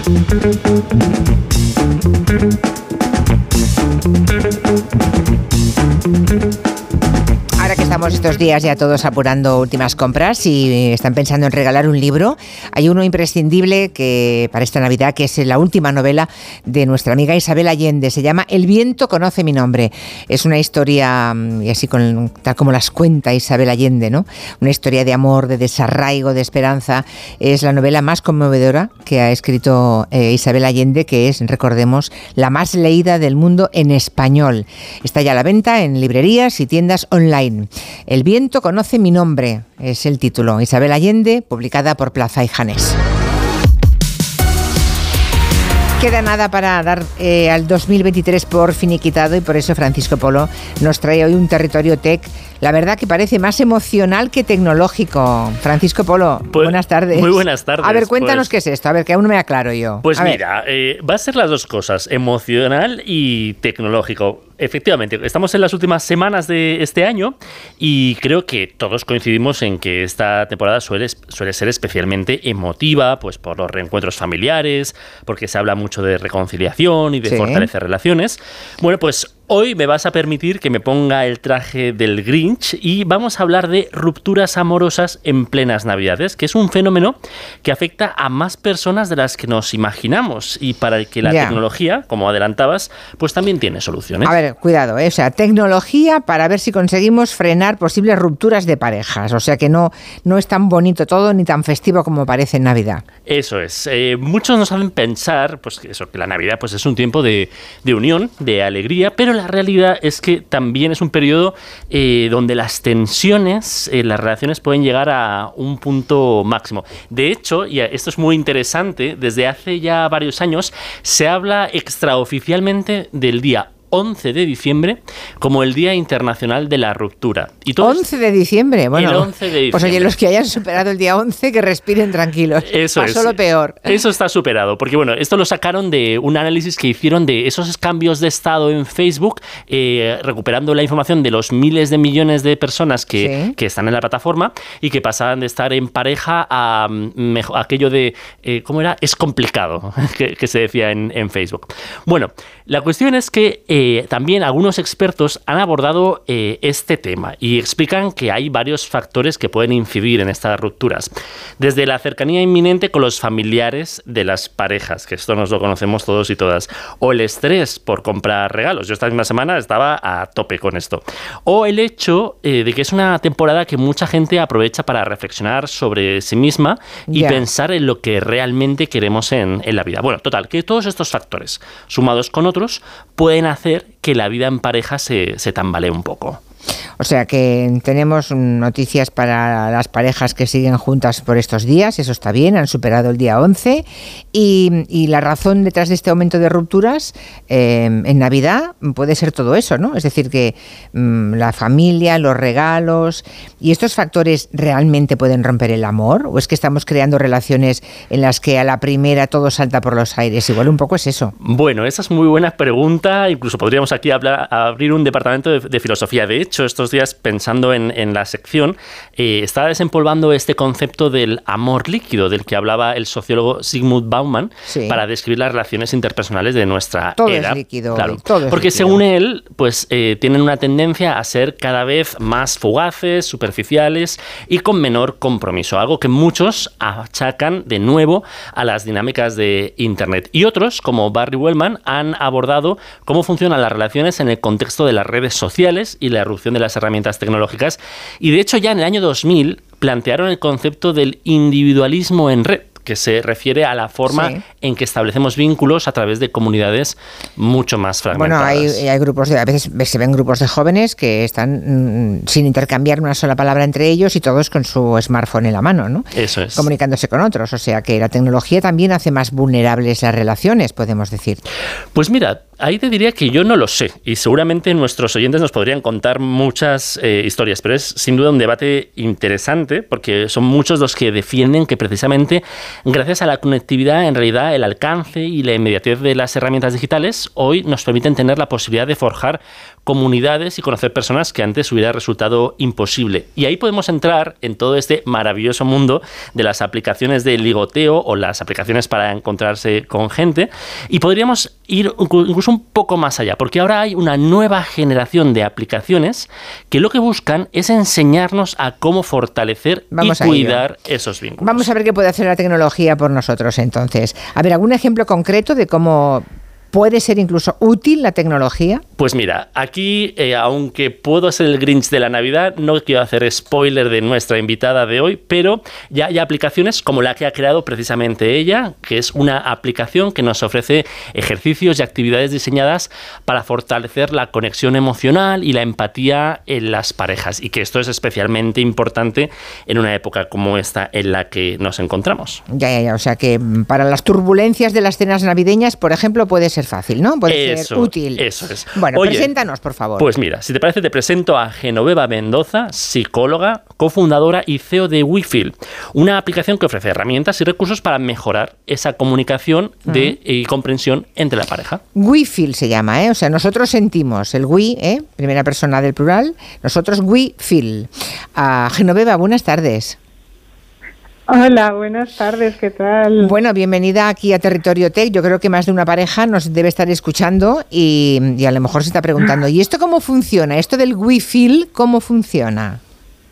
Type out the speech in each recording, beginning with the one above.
Ahora que estamos estos días ya todos apurando últimas compras y están pensando en regalar un libro, hay uno imprescindible que para esta Navidad, que es la última novela de nuestra amiga Isabel Allende. Se llama El viento conoce mi nombre. Es una historia, y así tal como las cuenta Isabel Allende, ¿no? Una historia de amor, de desarraigo, de esperanza. Es la novela más conmovedora que ha escrito Isabel Allende, que es, recordemos, la más leída del mundo en español. Está ya a la venta en librerías y tiendas online. El viento conoce mi nombre, es el título. Isabel Allende, publicada por Plaza y Janés. Queda nada para dar al 2023 por finiquitado y por eso Francisco Polo nos trae hoy un Territorio Tech, la verdad que parece más emocional que tecnológico. Francisco Polo, pues, buenas tardes. Muy buenas tardes. A ver, cuéntanos qué es esto, a ver, que aún no me aclaro yo. Pues mira, va a ser las dos cosas, emocional y tecnológico. Efectivamente, estamos en las últimas semanas de este año y creo que todos coincidimos en que esta temporada suele ser especialmente emotiva, pues por los reencuentros familiares, porque se habla mucho de reconciliación y de fortalecer relaciones. Bueno, pues hoy me vas a permitir que me ponga el traje del Grinch y vamos a hablar de rupturas amorosas en plenas Navidades, que es un fenómeno que afecta a más personas de las que nos imaginamos y para el que la tecnología, como adelantabas, pues también tiene soluciones. A ver, cuidado, o sea, tecnología para ver si conseguimos frenar posibles rupturas de parejas, o sea que no es tan bonito todo ni tan festivo como parece en Navidad. Eso es. Muchos nos hacen pensar pues, que la Navidad pues, es un tiempo de unión, de alegría, pero la realidad es que también es un periodo donde las tensiones, las relaciones pueden llegar a un punto máximo. De hecho, y esto es muy interesante, desde hace ya varios años se habla extraoficialmente del día 11 de diciembre como el Día Internacional de la Ruptura. Y 11 de diciembre, bueno. El 11 de diciembre. Pues oye, los que hayan superado el día 11, que respiren tranquilos. Eso Pasó es. Lo peor. Eso está superado, porque bueno, esto lo sacaron de un análisis que hicieron de esos cambios de estado en Facebook, recuperando la información de los miles de millones de personas que están en la plataforma y que pasaban de estar en pareja a aquello de, ¿cómo era? Es complicado, que se decía en Facebook. Bueno, la cuestión es que también algunos expertos han abordado este tema y explican que hay varios factores que pueden incidir en estas rupturas. Desde la cercanía inminente con los familiares de las parejas, que esto nos lo conocemos todos y todas, o el estrés por comprar regalos. Yo esta misma semana estaba a tope con esto. O el hecho de que es una temporada que mucha gente aprovecha para reflexionar sobre sí misma y pensar en lo que realmente queremos en la vida. Bueno, total, que todos estos factores, sumados con otros, pueden hacer que la vida en pareja se tambalee un poco. O sea que tenemos noticias para las parejas que siguen juntas por estos días, eso está bien, han superado el día 11 y la razón detrás de este aumento de rupturas en Navidad puede ser todo eso, ¿no? Es decir, que la familia, los regalos y estos factores realmente pueden romper el amor, o es que estamos creando relaciones en las que a la primera todo salta por los aires, igual un poco es eso. Bueno, esa es muy buena pregunta, incluso podríamos aquí abrir un departamento de filosofía. De hecho, estos días pensando en la sección, estaba desempolvando este concepto del amor líquido del que hablaba el sociólogo Zygmunt Bauman para describir las relaciones interpersonales de nuestra todo era. Es líquido, claro, todo es porque líquido. Según él, pues tienen una tendencia a ser cada vez más fugaces, superficiales y con menor compromiso, algo que muchos achacan de nuevo a las dinámicas de Internet. Y otros, como Barry Wellman, han abordado cómo funcionan las relaciones en el contexto de las redes sociales y la erupción de las herramientas tecnológicas, y de hecho ya en el año 2000 plantearon el concepto del individualismo en red, que se refiere a la forma en que establecemos vínculos a través de comunidades mucho más fragmentadas. Bueno, hay grupos a veces se ven grupos de jóvenes que están sin intercambiar una sola palabra entre ellos y todos con su smartphone en la mano, ¿no? Eso es. Comunicándose con otros, o sea que la tecnología también hace más vulnerables las relaciones, podemos decir. Pues mira, ahí te diría que yo no lo sé y seguramente nuestros oyentes nos podrían contar muchas historias, pero es sin duda un debate interesante porque son muchos los que defienden que precisamente gracias a la conectividad, en realidad el alcance y la inmediatez de las herramientas digitales hoy nos permiten tener la posibilidad de forjar comunidades y conocer personas que antes hubiera resultado imposible. Y ahí podemos entrar en todo este maravilloso mundo de las aplicaciones de ligoteo o las aplicaciones para encontrarse con gente y podríamos ir incluso un poco más allá, porque ahora hay una nueva generación de aplicaciones que lo que buscan es enseñarnos a cómo fortalecer y cuidar esos vínculos. Vamos a ver qué puede hacer la tecnología por nosotros entonces. A ver, ¿algún ejemplo concreto de cómo puede ser incluso útil la tecnología? Pues mira, aquí, aunque puedo ser el Grinch de la Navidad, no quiero hacer spoiler de nuestra invitada de hoy, pero ya hay aplicaciones como la que ha creado precisamente ella, que es una aplicación que nos ofrece ejercicios y actividades diseñadas para fortalecer la conexión emocional y la empatía en las parejas, y que esto es especialmente importante en una época como esta en la que nos encontramos. Ya, o sea que para las turbulencias de las cenas navideñas, por ejemplo, puede ser fácil, ¿no? Puede ser útil. Eso es. Bueno, oye, preséntanos, por favor. Pues mira, si te parece, te presento a Genoveva Mendoza, psicóloga, cofundadora y CEO de WeFeel, una aplicación que ofrece herramientas y recursos para mejorar esa comunicación y comprensión entre la pareja. WeFeel se llama, ¿eh? O sea, nosotros sentimos el we, primera persona del plural, nosotros WeFeel. Genoveva, buenas tardes. Hola, buenas tardes, ¿qué tal? Bueno, bienvenida aquí a Territorio Tech. Yo creo que más de una pareja nos debe estar escuchando y a lo mejor se está preguntando, ¿y esto cómo funciona? ¿Esto del WeFeel cómo funciona?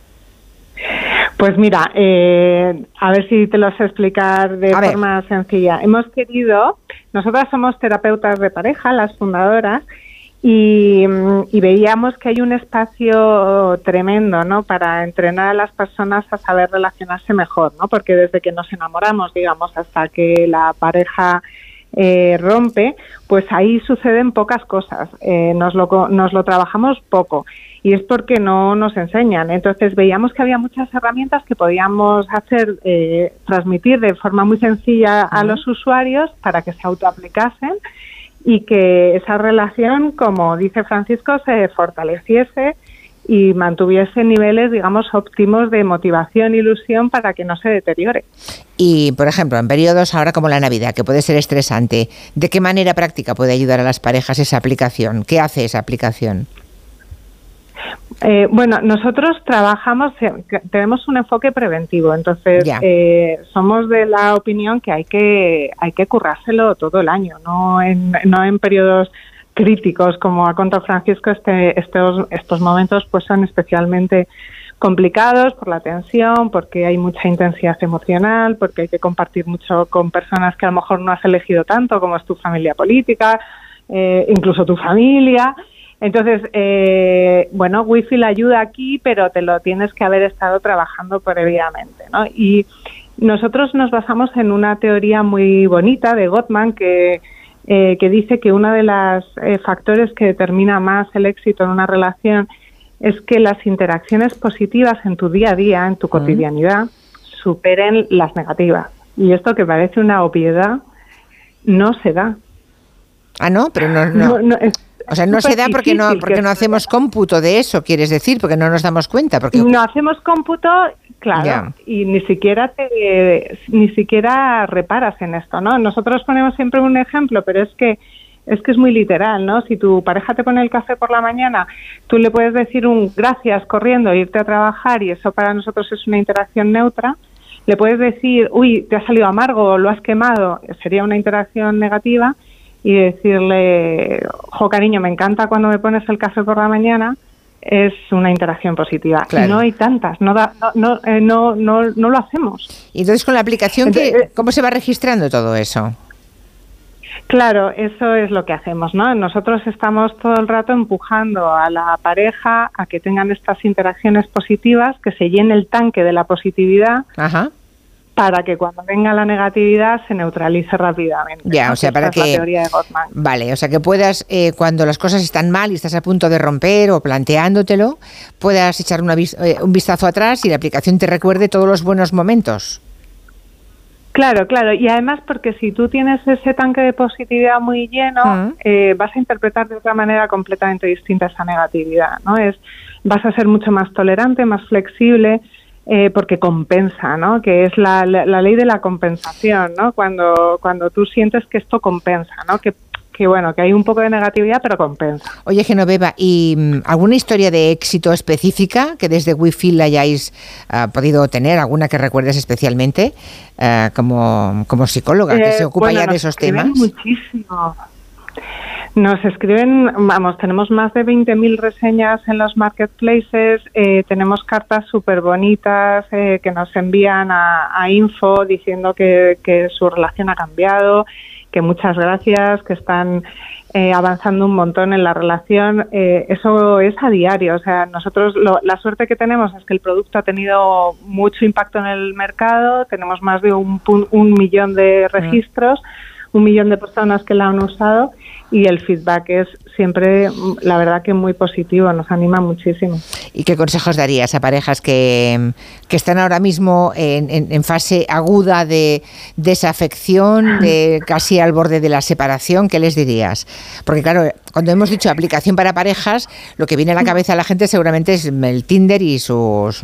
Pues mira, a ver si te lo sé explicar de forma sencilla. Nosotras somos terapeutas de pareja, las fundadoras, y veíamos que hay un espacio tremendo, ¿no?, para entrenar a las personas a saber relacionarse mejor, ¿no? Porque desde que nos enamoramos, digamos, hasta que la pareja rompe, pues ahí suceden pocas cosas. Nos lo trabajamos poco y es porque no nos enseñan. Entonces veíamos que había muchas herramientas que podíamos hacer, transmitir de forma muy sencilla a los usuarios para que se autoaplicasen y que esa relación, como dice Francisco, se fortaleciese y mantuviese niveles, digamos, óptimos de motivación e ilusión para que no se deteriore. Y, por ejemplo, en periodos ahora como la Navidad, que puede ser estresante, ¿de qué manera práctica puede ayudar a las parejas esa aplicación? ¿Qué hace esa aplicación? Bueno, nosotros tenemos un enfoque preventivo, entonces somos de la opinión que hay que currárselo todo el año, no en periodos críticos, como ha contado Francisco. Estos momentos pues son especialmente complicados por la tensión, porque hay mucha intensidad emocional, porque hay que compartir mucho con personas que a lo mejor no has elegido tanto, como es tu familia política, incluso tu familia. Entonces, bueno, WeFeel ayuda aquí, pero te lo tienes que haber estado trabajando previamente, ¿no? Y nosotros nos basamos en una teoría muy bonita de Gottman que dice que uno de los factores que determina más el éxito en una relación es que las interacciones positivas en tu día a día, en tu cotidianidad, superen las negativas. Y esto, que parece una obviedad, no se da. Ah, ¿no? Pero no. O sea, no se da porque no hacemos cómputo de eso, quieres decir, porque no nos damos cuenta. Porque no hacemos cómputo, claro, y ni siquiera reparas en esto, ¿no? Nosotros ponemos siempre un ejemplo, pero es que es muy literal, ¿no? Si tu pareja te pone el café por la mañana, tú le puedes decir un gracias corriendo e irte a trabajar, y eso para nosotros es una interacción neutra. Le puedes decir, uy, te ha salido amargo, lo has quemado, sería una interacción negativa. Y decirle, jo, cariño, me encanta cuando me pones el café por la mañana, es una interacción positiva. Claro. Y no hay tantas, no lo hacemos. Y entonces, con la aplicación, ¿cómo se va registrando todo eso? Claro, eso es lo que hacemos, ¿no? Nosotros estamos todo el rato empujando a la pareja a que tengan estas interacciones positivas, que se llene el tanque de la positividad. Ajá. Para que cuando venga la negatividad se neutralice rápidamente. Ya, ¿no? O sea, para que... Es la teoría de Gottman. Vale, o sea, que puedas, cuando las cosas están mal y estás a punto de romper o planteándotelo, puedas echar un vistazo atrás y la aplicación te recuerde todos los buenos momentos. Claro, y además porque si tú tienes ese tanque de positividad muy lleno, vas a interpretar de otra manera completamente distinta esa negatividad, ¿no? Vas a ser mucho más tolerante, más flexible, porque compensa, ¿no? Que es la ley de la compensación, ¿no? Cuando tú sientes que esto compensa, ¿no? Que bueno, que hay un poco de negatividad, pero compensa. Oye, Genoveva, ¿y alguna historia de éxito específica que desde WeFeel hayáis podido tener, alguna que recuerdes especialmente como psicóloga que se ocupa ya de esos temas? Muchísimo. Nos escriben, tenemos más de 20.000 reseñas en los marketplaces, tenemos cartas súper bonitas que nos envían a info diciendo que su relación ha cambiado, que muchas gracias, que están avanzando un montón en la relación. Eso es a diario. O sea, nosotros la suerte que tenemos es que el producto ha tenido mucho impacto en el mercado, tenemos más de un millón de registros, 1 millón de personas que la han usado y el feedback es siempre, la verdad, que muy positivo, nos anima muchísimo. ¿Y qué consejos darías a parejas que están ahora mismo en fase aguda de desafección, casi al borde de la separación? ¿Qué les dirías? Porque claro, cuando hemos dicho aplicación para parejas, lo que viene a la cabeza a la gente seguramente es el Tinder y sus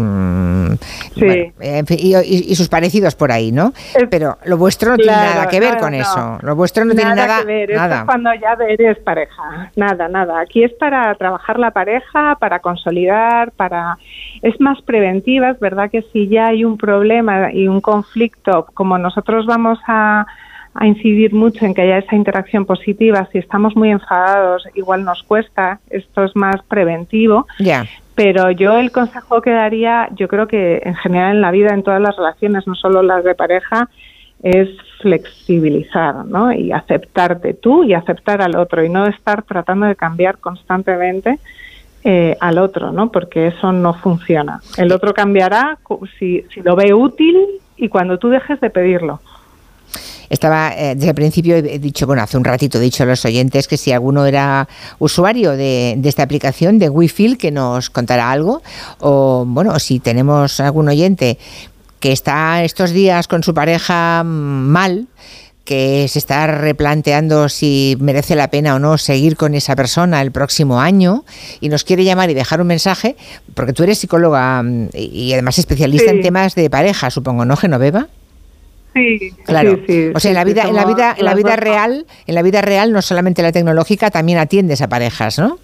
y sus parecidos por ahí, ¿no? Pero lo vuestro no tiene nada que ver con eso. Lo vuestro no tiene nada que ver. Nada. Esto es cuando ya eres pareja. Nada. Aquí es para trabajar la pareja, para consolidar, es más preventiva. Es verdad que si ya hay un problema y un conflicto, como nosotros vamos a incidir mucho en que haya esa interacción positiva, si estamos muy enfadados, igual nos cuesta, esto es más preventivo. Yeah. Pero yo el consejo que daría, yo creo que en general en la vida, en todas las relaciones, no solo las de pareja, es flexibilizar, ¿no? Y aceptarte tú y aceptar al otro y no estar tratando de cambiar constantemente al otro, ¿no? Porque eso no funciona. El otro cambiará si lo ve útil y cuando tú dejes de pedirlo. Estaba, desde el principio he dicho, hace un ratito he dicho a los oyentes que si alguno era usuario de esta aplicación de WeFeel, que nos contará algo, o si tenemos algún oyente que está estos días con su pareja mal, que se está replanteando si merece la pena o no seguir con esa persona el próximo año y nos quiere llamar y dejar un mensaje, porque tú eres psicóloga y además especialista en temas de pareja, supongo, ¿no, Genoveva? Sí, claro. Sí, o sea, en la vida real, no solamente la tecnológica, también atiendes a parejas, ¿no?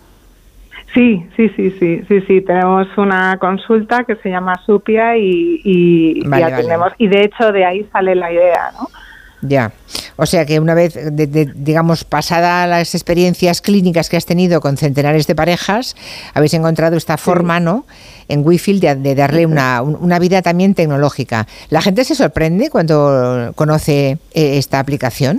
Sí. Tenemos una consulta que se llama Supia y atendemos. Vale. Y de hecho de ahí sale la idea, ¿no? Ya, o sea que una vez, digamos, pasada las experiencias clínicas que has tenido con centenares de parejas, habéis encontrado esta forma, ¿no?, en WeFeel de darle una vida también tecnológica. ¿La gente se sorprende cuando conoce esta aplicación?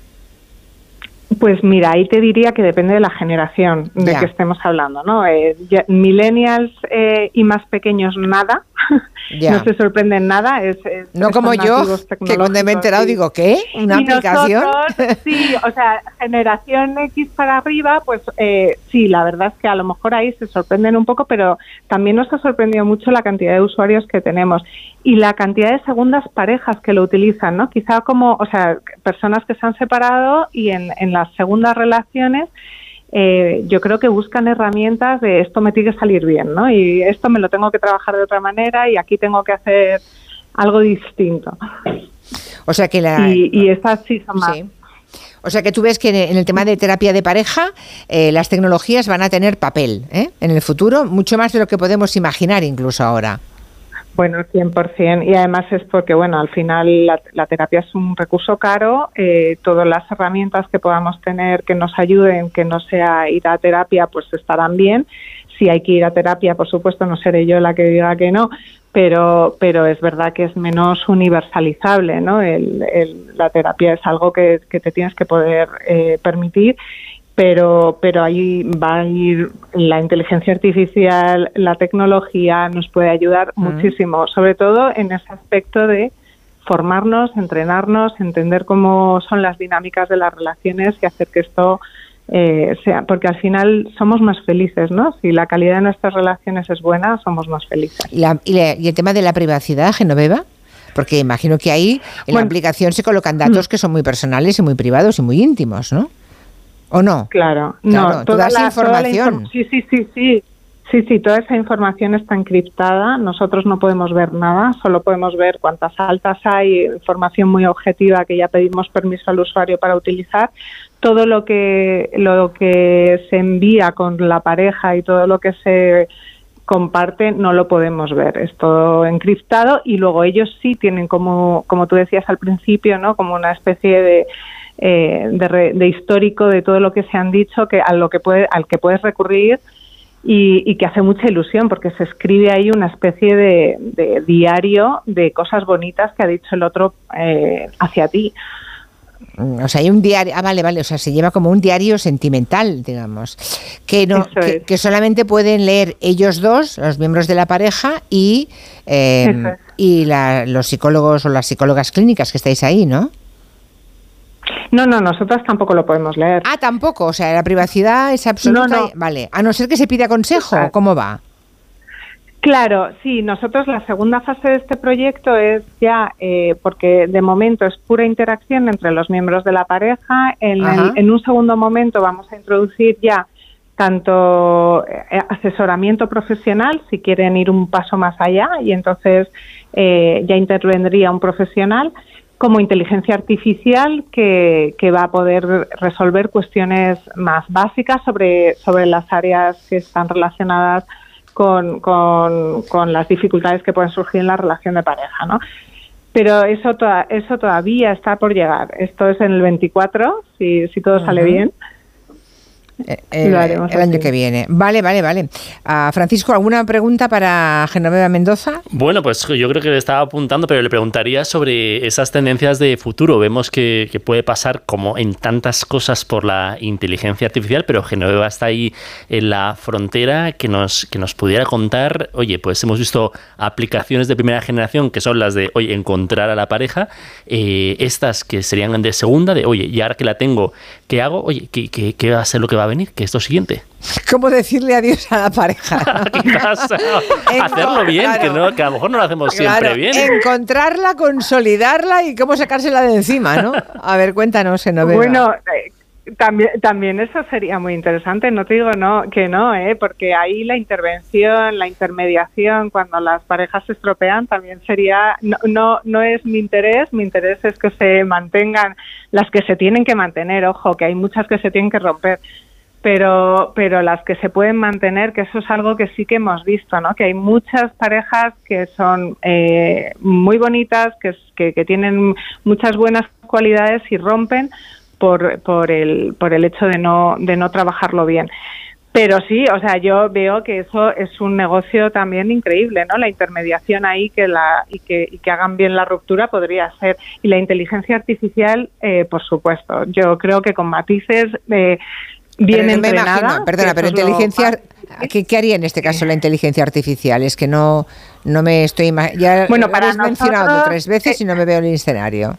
Pues mira, ahí te diría que depende de la generación de que estemos hablando, ¿no? Millennials y más pequeños nada, no se sorprenden nada. No como yo, que cuando me he enterado digo, ¿qué? ¿Una aplicación? Nosotros, sí, o sea, generación X para arriba, pues sí, la verdad es que a lo mejor ahí se sorprenden un poco, pero también nos ha sorprendido mucho la cantidad de usuarios que tenemos y la cantidad de segundas parejas que lo utilizan, ¿no? Quizá personas que se han separado y en las segundas relaciones yo creo que buscan herramientas de esto me tiene que salir bien, ¿no? Y esto me lo tengo que trabajar de otra manera y aquí tengo que hacer algo distinto. O sea que y estas sí son más. Sí. O sea que tú ves que en el tema de terapia de pareja las tecnologías van a tener papel en el futuro, mucho más de lo que podemos imaginar incluso ahora. Bueno, 100%. Y además es porque, al final la terapia es un recurso caro. Todas las herramientas que podamos tener que nos ayuden, que no sea ir a terapia, pues estarán bien. Si hay que ir a terapia, por supuesto, no seré yo la que diga que no, pero es verdad que es menos universalizable, ¿no? La terapia es algo que te tienes que poder permitir. Pero ahí va a ir la inteligencia artificial, la tecnología nos puede ayudar muchísimo, sobre todo en ese aspecto de formarnos, entrenarnos, entender cómo son las dinámicas de las relaciones y hacer que esto sea, porque al final somos más felices, ¿no? Si la calidad de nuestras relaciones es buena, somos más felices. ¿Y el tema de la privacidad, Genoveva? Porque imagino que ahí en la aplicación se colocan datos que son muy personales y muy privados y muy íntimos, ¿no? ¿O no? Claro, no, toda esa información. Sí, toda esa información está encriptada. Nosotros no podemos ver nada, solo podemos ver cuántas altas hay, información muy objetiva que ya pedimos permiso al usuario para utilizar. Todo lo que se envía con la pareja y todo lo que se comparte no lo podemos ver, es todo encriptado, y luego ellos sí tienen, como tú decías al principio, ¿no? Como una especie de histórico de todo lo que se han dicho, al que puedes recurrir y que hace mucha ilusión, porque se escribe ahí una especie de diario de cosas bonitas que ha dicho el otro hacia ti. O sea, hay un diario, vale, o sea, se lleva como un diario sentimental, digamos, que solamente pueden leer ellos dos, los miembros de la pareja, y los psicólogos o las psicólogas clínicas que estáis ahí, ¿no? No, nosotras tampoco lo podemos leer. Ah, tampoco, o sea, la privacidad es absoluta. No. Vale, a no ser que se pida consejo, ¿cómo va? Claro, sí, nosotros la segunda fase de este proyecto es ya, porque de momento es pura interacción entre los miembros de la pareja, en un segundo momento vamos a introducir ya tanto asesoramiento profesional, si quieren ir un paso más allá, y entonces ya intervendría un profesional, como inteligencia artificial que va a poder resolver cuestiones más básicas sobre las áreas que están relacionadas con las dificultades que pueden surgir en la relación de pareja, ¿no? Pero eso todavía está por llegar. Esto es en el 24, si todo sale bien. El año que viene. Vale. Francisco, ¿alguna pregunta para Genoveva Mendoza? Bueno, pues yo creo que le estaba apuntando, pero le preguntaría sobre esas tendencias de futuro. Vemos que puede pasar, como en tantas cosas, por la inteligencia artificial, pero Genoveva está ahí en la frontera, que nos pudiera contar. Oye, pues hemos visto aplicaciones de primera generación que son las de, oye, encontrar a la pareja, estas que serían de segunda, de, oye, y ahora que la tengo, ¿qué hago? Oye, ¿qué va a ser lo que va a venir? Que es lo siguiente. ¿Cómo decirle adiós a la pareja? ¿Qué pasa? Hacerlo bien, claro. que a lo mejor no lo hacemos siempre bien. Encontrarla, consolidarla y cómo sacársela de encima, ¿no? A ver, cuéntanos, Genoveva. Bueno, también eso sería muy interesante, no te digo que no, porque ahí la intervención, la intermediación, cuando las parejas se estropean, también sería, no es mi interés es que se mantengan las que se tienen que mantener, ojo, que hay muchas que se tienen que romper, pero las que se pueden mantener, que eso es algo que sí que hemos visto, ¿no? Que hay muchas parejas que son muy bonitas, que tienen muchas buenas cualidades y rompen por el hecho de no trabajarlo bien. Pero sí, o sea, yo veo que eso es un negocio también increíble, ¿no? La intermediación ahí y que hagan bien la ruptura podría ser. Y la inteligencia artificial, por supuesto. Yo creo que con matices bien entrenada. Pero inteligencia, ¿qué haría en este caso la inteligencia artificial? Es que no me estoy imaginando. Ya lo habéis mencionado 3 veces y no me veo el escenario.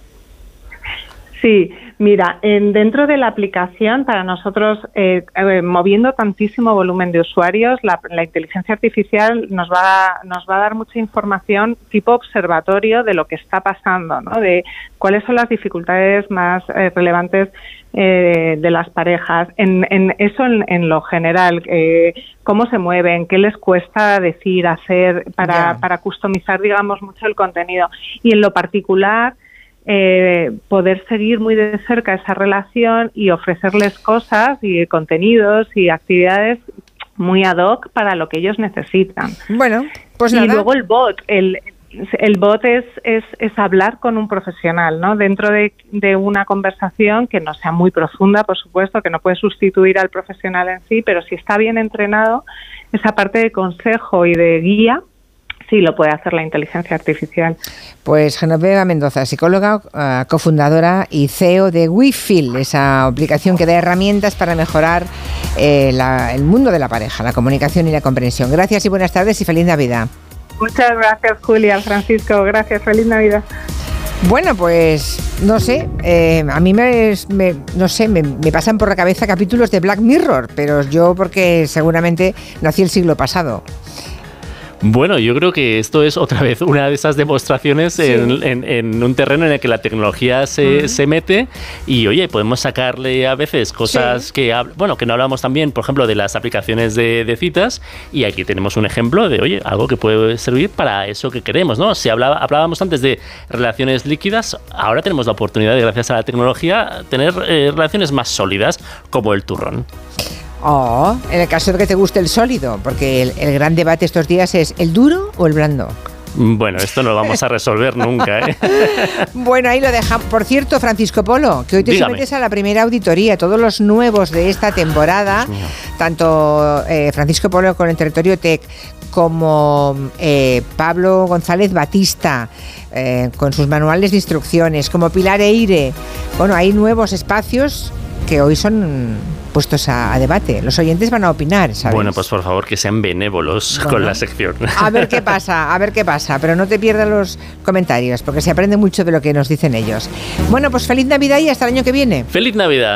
Sí, mira, dentro de la aplicación, para nosotros, moviendo tantísimo volumen de usuarios, la inteligencia artificial nos va a dar mucha información tipo observatorio de lo que está pasando, ¿no? De cuáles son las dificultades más relevantes de las parejas, en lo general, cómo se mueven, qué les cuesta decir, hacer, para customizar, digamos, mucho el contenido. Y en lo particular, poder seguir muy de cerca esa relación y ofrecerles cosas y contenidos y actividades muy ad hoc para lo que ellos necesitan. Bueno, pues y nada. Luego el bot, el bot es hablar con un profesional, ¿no? Dentro de una conversación que no sea muy profunda, por supuesto, que no puede sustituir al profesional en sí, pero si está bien entrenado, esa parte de consejo y de guía sí lo puede hacer la inteligencia artificial. Pues Genoveva Mendoza, psicóloga, cofundadora y CEO de WeFeel, esa aplicación que da herramientas para mejorar el mundo de la pareja, la comunicación y la comprensión. Gracias y buenas tardes y feliz Navidad. Muchas gracias, Julia, Francisco, gracias, feliz Navidad. Bueno, pues no sé, a mí me pasan por la cabeza capítulos de Black Mirror, pero yo porque seguramente nací el siglo pasado. Bueno, yo creo que esto es otra vez una de esas demostraciones en un terreno en el que la tecnología se mete y, oye, podemos sacarle a veces cosas que no hablamos también, por ejemplo, de las aplicaciones de citas, y aquí tenemos un ejemplo de, oye, algo que puede servir para eso que queremos, ¿no? Si hablábamos antes de relaciones líquidas, ahora tenemos la oportunidad de, gracias a la tecnología, tener relaciones más sólidas, como el turrón. En el caso de que te guste el sólido, porque el gran debate estos días es ¿el duro o el blando? Bueno, esto no lo vamos a resolver nunca, ¿eh? Bueno, ahí lo dejamos. Por cierto, Francisco Polo, que hoy te sometes a la primera auditoría, todos los nuevos de esta temporada, tanto Francisco Polo con el Territorio Tech, como Pablo González Batista, con sus manuales de instrucciones, como Pilar Eire. Bueno, hay nuevos espacios que hoy son puestos a debate. Los oyentes van a opinar, ¿sabes? Bueno, pues por favor, que sean benévolos con la sección. A ver qué pasa, pero no te pierdas los comentarios, porque se aprende mucho de lo que nos dicen ellos. Bueno, pues feliz Navidad y hasta el año que viene. ¡Feliz Navidad!